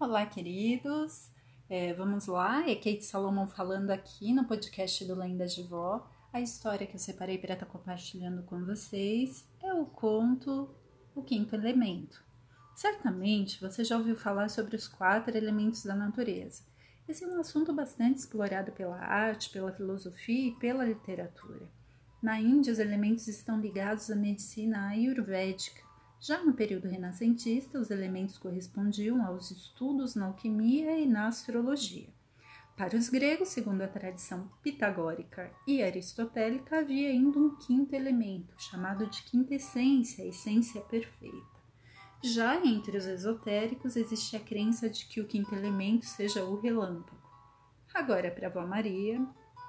Olá, queridos. Vamos lá, é Kate Salomon falando aqui no podcast do Lendas de Vó. A história que eu separei para estar compartilhando com vocês é o conto O Quinto Elemento. Certamente você já ouviu falar sobre os 4 elementos da natureza. Esse é um assunto bastante explorado pela arte, pela filosofia e pela literatura. Na Índia, os elementos estão ligados à medicina ayurvédica. Já no período renascentista, os elementos correspondiam aos estudos na alquimia e na astrologia. Para os gregos, segundo a tradição pitagórica e aristotélica, havia ainda um 5º elemento, chamado de quintessência, a essência perfeita. Já entre os esotéricos, existe a crença de que o 5º elemento seja o relâmpago. Agora, para a Vó Maria.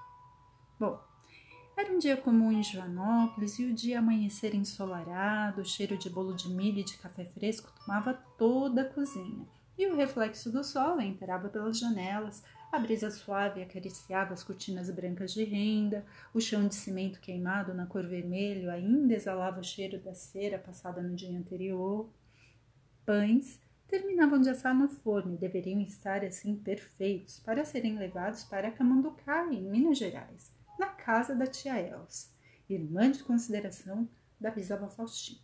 Era um dia comum em Joanópolis e o dia amanhecer ensolarado, o cheiro de bolo de milho e de café fresco tomava toda a cozinha. E o reflexo do sol entrava pelas janelas, a brisa suave acariciava as cortinas brancas de renda, o chão de cimento queimado na cor vermelho ainda exalava o cheiro da cera passada no dia anterior. Pães terminavam de assar no forno e deveriam estar assim perfeitos para serem levados para Camanducá, em Minas Gerais, na casa da tia Elsa, irmã de consideração da bisavó Faustina.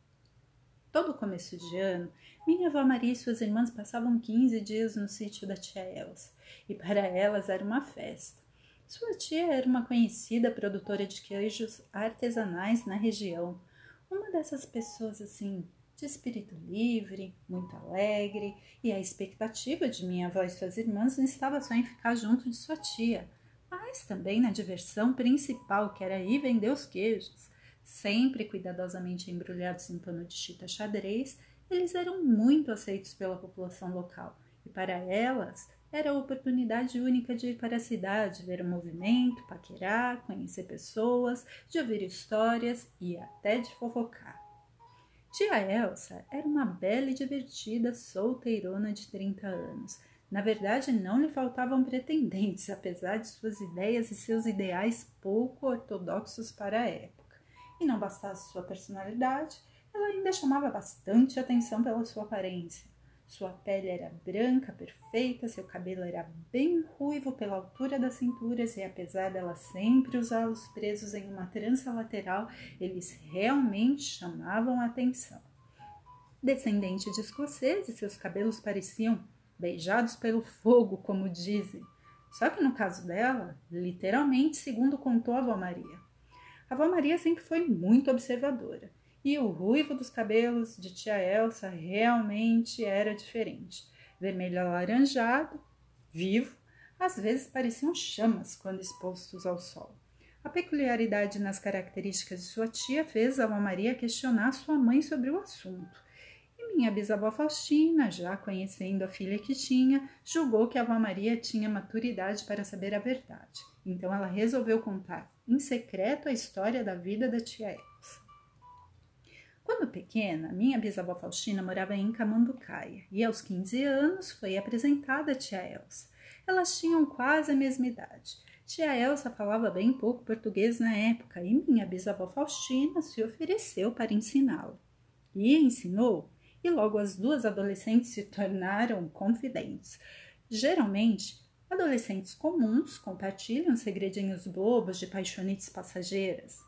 Todo começo de ano, minha avó Maria e suas irmãs passavam 15 dias no sítio da tia Elsa, e para elas era uma festa. Sua tia era uma conhecida produtora de queijos artesanais na região, uma dessas pessoas assim, de espírito livre, muito alegre, e a expectativa de minha avó e suas irmãs não estava só em ficar junto de sua tia, mas também na diversão principal, que era ir vender os queijos. Sempre cuidadosamente embrulhados em pano de chita xadrez, eles eram muito aceitos pela população local, e para elas era a oportunidade única de ir para a cidade, ver o movimento, paquerar, conhecer pessoas, de ouvir histórias e até de fofocar. Tia Elsa era uma bela e divertida solteirona de 30 anos. Na verdade, não lhe faltavam pretendentes, apesar de suas ideias e seus ideais pouco ortodoxos para a época. E não bastasse sua personalidade, ela ainda chamava bastante atenção pela sua aparência. Sua pele era branca, perfeita, seu cabelo era bem ruivo pela altura das cinturas e apesar dela sempre usá-los presos em uma trança lateral, eles realmente chamavam a atenção. Descendente de escoceses, seus cabelos pareciam beijados pelo fogo, como dizem. Só que no caso dela, literalmente, segundo contou a avó Maria. A avó Maria sempre foi muito observadora. E o ruivo dos cabelos de tia Elsa realmente era diferente. Vermelho alaranjado, vivo, às vezes pareciam chamas quando expostos ao sol. A peculiaridade nas características de sua tia fez a avó Maria questionar sua mãe sobre o assunto. E minha bisavó Faustina, já conhecendo a filha que tinha, julgou que a avó Maria tinha maturidade para saber a verdade. Então ela resolveu contar em secreto a história da vida da tia Elsa. Quando pequena, minha bisavó Faustina morava em Camanducaia e aos 15 anos foi apresentada a tia Elsa. Elas tinham quase a mesma idade. Tia Elsa falava bem pouco português na época e minha bisavó Faustina se ofereceu para ensiná-la. E ensinou, e logo as duas adolescentes se tornaram confidentes. Geralmente, adolescentes comuns compartilham segredinhos bobos de paixonites passageiras.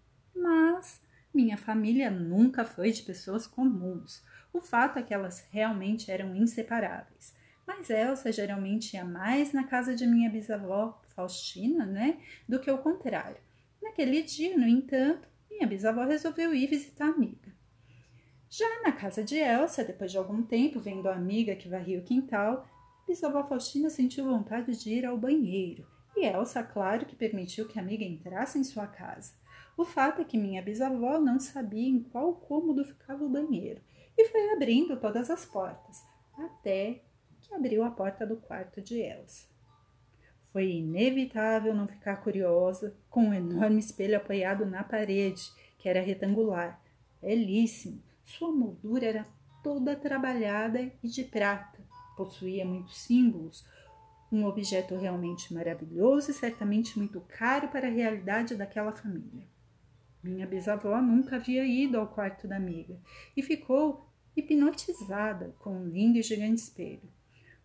Mas minha família nunca foi de pessoas comuns. O fato é que elas realmente eram inseparáveis. Mas Elsa geralmente ia mais na casa de minha bisavó Faustina, do que o contrário. Naquele dia, no entanto, minha bisavó resolveu ir visitar a amiga. Já na casa de Elsa, depois de algum tempo, vendo a amiga que varria o quintal, bisavó Faustina sentiu vontade de ir ao banheiro. E Elsa, claro que permitiu que a amiga entrasse em sua casa. O fato é que minha bisavó não sabia em qual cômodo ficava o banheiro e foi abrindo todas as portas, até que abriu a porta do quarto de Elsa. Foi inevitável não ficar curiosa com um enorme espelho apoiado na parede, que era retangular, belíssimo. Sua moldura era toda trabalhada e de prata, possuía muitos símbolos, um objeto realmente maravilhoso e certamente muito caro para a realidade daquela família. Minha bisavó nunca havia ido ao quarto da amiga e ficou hipnotizada com um lindo e gigante espelho.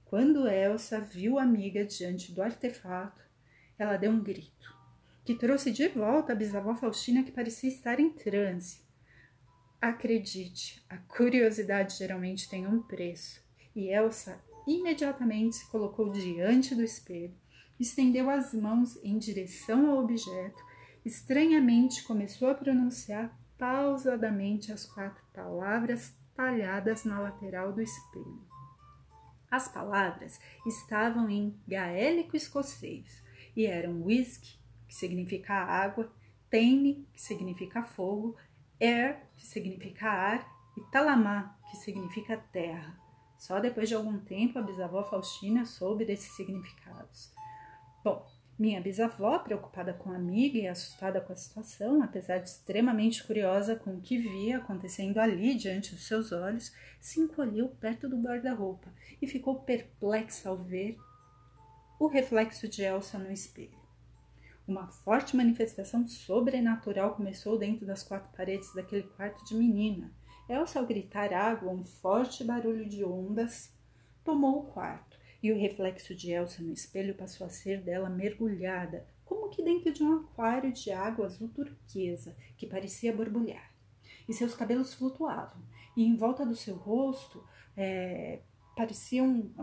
Quando Elsa viu a amiga diante do artefato, ela deu um grito, que trouxe de volta a bisavó Faustina, que parecia estar em transe. Acredite, a curiosidade geralmente tem um preço, e Elsa imediatamente se colocou diante do espelho, estendeu as mãos em direção ao objeto, estranhamente começou a pronunciar pausadamente as 4 palavras talhadas na lateral do espelho. As palavras estavam em gaélico escocês e eram whisky, que significa água, Tane, que significa fogo, air, que significa ar, e talamá, que significa terra. Só depois de algum tempo a bisavó Faustina soube desses significados. Bom, minha bisavó, preocupada com a amiga e assustada com a situação, apesar de extremamente curiosa com o que via acontecendo ali diante dos seus olhos, se encolheu perto do guarda-roupa e ficou perplexa ao ver o reflexo de Elsa no espelho. Uma forte manifestação sobrenatural começou dentro das 4 paredes daquele quarto de menina. Elsa, ao gritar água, um forte barulho de ondas tomou o quarto, e o reflexo de Elsa no espelho passou a ser dela mergulhada, como que dentro de um aquário de água azul turquesa, que parecia borbulhar. E seus cabelos flutuavam, e em volta do seu rosto pareciam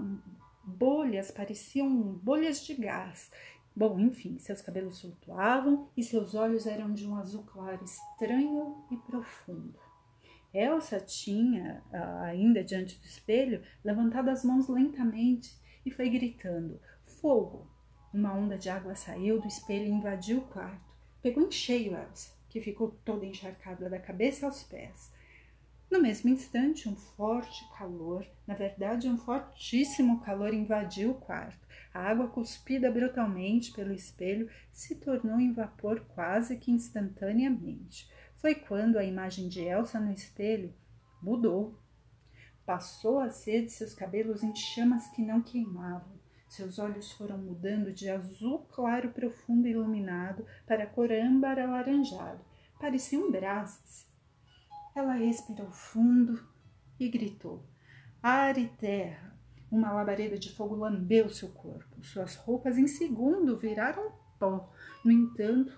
bolhas de gás. Bom, enfim, seus cabelos flutuavam e seus olhos eram de um azul claro, estranho e profundo. Elsa tinha, ainda diante do espelho, levantado as mãos lentamente e foi gritando: fogo! Uma onda de água saiu do espelho e invadiu o quarto. Pegou em cheio Elsa, que ficou toda encharcada da cabeça aos pés. No mesmo instante, um forte calor, na verdade um fortíssimo calor, invadiu o quarto. A água cuspida brutalmente pelo espelho se tornou em vapor quase que instantaneamente. Foi quando a imagem de Elsa no espelho mudou. Passou a ser de seus cabelos em chamas que não queimavam. Seus olhos foram mudando de azul claro profundo e iluminado para cor âmbar alaranjado. Pareciam brasas. Ela respirou fundo e gritou: ar e terra! Uma labareda de fogo lambeu seu corpo. Suas roupas em segundo viraram pó. No entanto,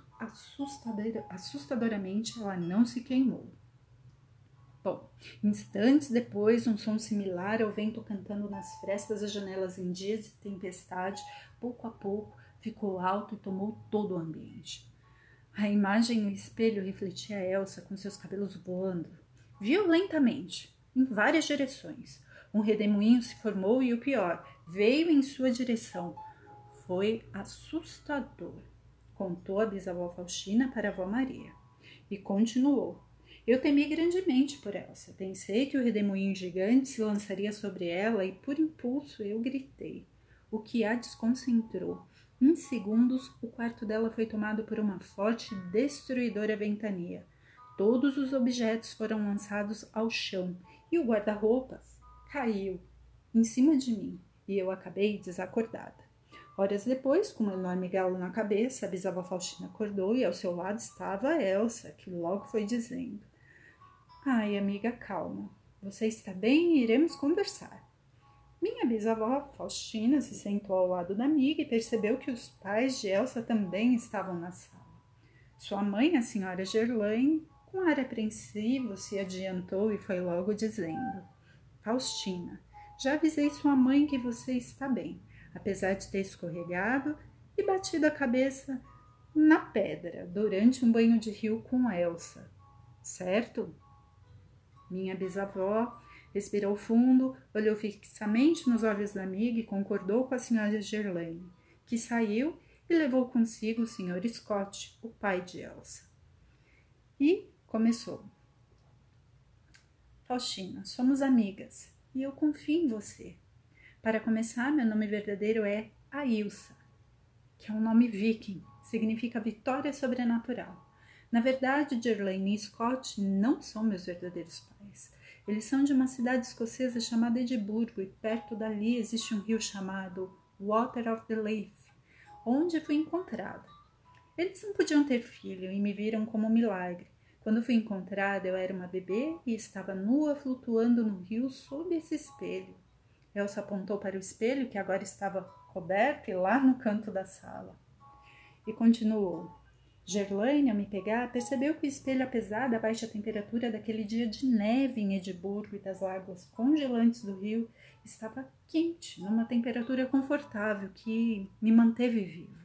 assustadoramente, ela não se queimou. Bom, instantes depois, um som similar ao vento cantando nas frestas das janelas em dias de tempestade, pouco a pouco, ficou alto e tomou todo o ambiente. A imagem no espelho refletia Elsa com seus cabelos voando, violentamente, em várias direções. Um redemoinho se formou e o pior, veio em sua direção. Foi assustador, contou a bisavó Faustina para a avó Maria. E continuou: eu temi grandemente por Elsa. Pensei que o redemoinho gigante se lançaria sobre ela e, por impulso, eu gritei. O que a desconcentrou. Em segundos, o quarto dela foi tomado por uma forte e destruidora ventania. Todos os objetos foram lançados ao chão e o guarda-roupas caiu em cima de mim e eu acabei desacordada. Horas depois, com um enorme galo na cabeça, a bisavó Faustina acordou e ao seu lado estava a Elsa, que logo foi dizendo: ai, amiga, calma. Você está bem e iremos conversar. Minha bisavó Faustina se sentou ao lado da amiga e percebeu que os pais de Elsa também estavam na sala. Sua mãe, a senhora Gerlaine, com ar apreensivo, se adiantou e foi logo dizendo: Faustina, já avisei sua mãe que você está bem, apesar de ter escorregado e batido a cabeça na pedra durante um banho de rio com Elsa, certo? Minha bisavó respirou fundo, olhou fixamente nos olhos da amiga e concordou com a senhora Gerlaine, que saiu e levou consigo o Sr. Scott, o pai de Elsa. E começou: Faustina, somos amigas e eu confio em você. Para começar, meu nome verdadeiro é Ailsa, que é um nome viking, significa vitória sobrenatural. Na verdade, Gerlaine e Scott não são meus verdadeiros pais. Eles são de uma cidade escocesa chamada Edimburgo e perto dali existe um rio chamado Water of the Leaf, onde fui encontrada. Eles não podiam ter filho e me viram como um milagre. Quando fui encontrada, eu era uma bebê e estava nua flutuando no rio sob esse espelho. Elsa apontou para o espelho, que agora estava coberto e lá no canto da sala. E continuou. Gerlaine, ao me pegar, percebeu que o espelho, apesar da baixa temperatura daquele dia de neve em Edimburgo e das águas congelantes do rio, estava quente, numa temperatura confortável que me manteve viva.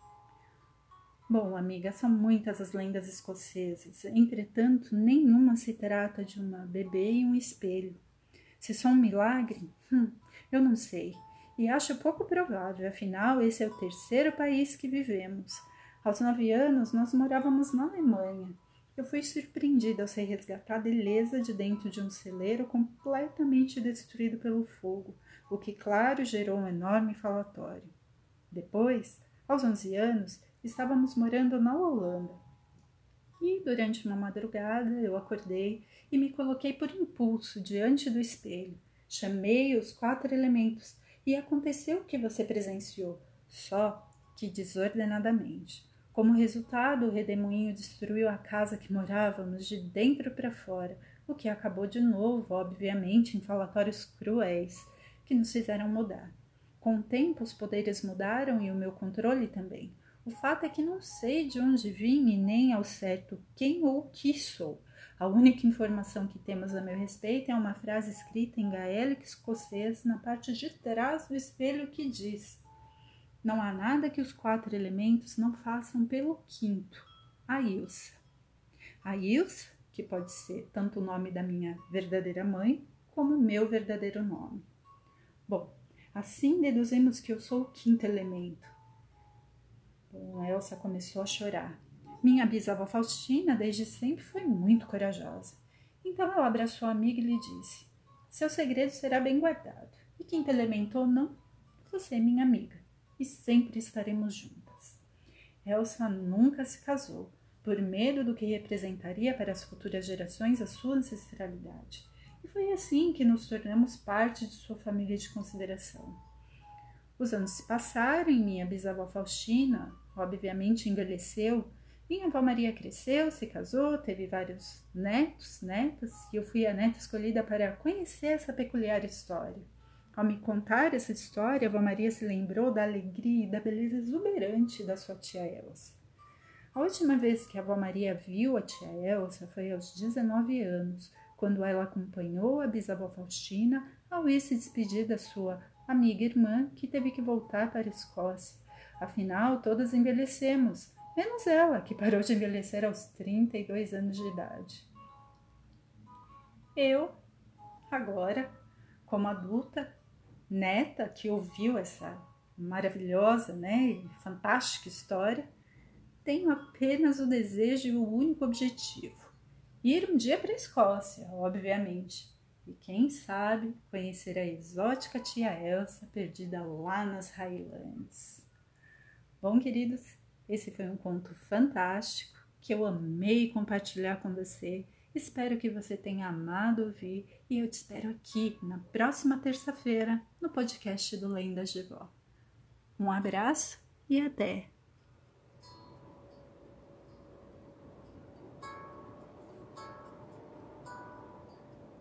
Bom, amiga, são muitas as lendas escocesas. Entretanto, nenhuma se trata de uma bebê e um espelho. Se só um milagre? Eu não sei. E acho pouco provável, afinal, esse é o terceiro país que vivemos. Aos 9 anos, nós morávamos na Alemanha. Eu fui surpreendida ao ser resgatada ilesa de dentro de um celeiro completamente destruído pelo fogo, o que, claro, gerou um enorme falatório. Depois, aos 11 anos, estávamos morando na Holanda. E, durante uma madrugada, eu acordei e me coloquei por impulso diante do espelho. Chamei os 4 elementos e aconteceu o que você presenciou, só que desordenadamente. Como resultado, o redemoinho destruiu a casa que morávamos de dentro para fora, o que acabou de novo, obviamente, em falatórios cruéis, que nos fizeram mudar. Com o tempo, os poderes mudaram e o meu controle também. O fato é que não sei de onde vim e nem ao certo quem ou o que sou. A única informação que temos a meu respeito é uma frase escrita em gaélico escocês na parte de trás do espelho que diz: não há nada que os 4 elementos não façam pelo 5º, a Ilsa. A Ilsa, que pode ser tanto o nome da minha verdadeira mãe, como o meu verdadeiro nome. Bom, assim deduzimos que eu sou o 5º elemento. Bom, Elsa começou a chorar. Minha bisavó Faustina, desde sempre, foi muito corajosa. Então ela abraçou a amiga e lhe disse: seu segredo será bem guardado. E 5º elemento ou não, você é minha amiga. E sempre estaremos juntas. Elsa nunca se casou, por medo do que representaria para as futuras gerações a sua ancestralidade. E foi assim que nos tornamos parte de sua família de consideração. Os anos se passaram e minha bisavó Faustina, obviamente, envelheceu. Minha avó Maria cresceu, se casou, teve vários netos, netas, e eu fui a neta escolhida para conhecer essa peculiar história. Ao me contar essa história, a avó Maria se lembrou da alegria e da beleza exuberante da sua tia Elsa. A última vez que a avó Maria viu a tia Elsa foi aos 19 anos, quando ela acompanhou a bisavó Faustina ao ir se despedir da sua amiga irmã, que teve que voltar para a Escócia. Afinal, todas envelhecemos, menos ela, que parou de envelhecer aos 32 anos de idade. Eu, agora, como adulta, neta que ouviu essa maravilhosa, e fantástica história, tenho apenas o desejo e o único objetivo: ir um dia para a Escócia, obviamente, e quem sabe conhecer a exótica tia Elsa perdida lá nas Highlands. Bom, queridos, esse foi um conto fantástico que eu amei compartilhar com você. Espero que você tenha amado ouvir e eu te espero aqui na próxima terça-feira no podcast do Lendas de Vó. Um abraço e até!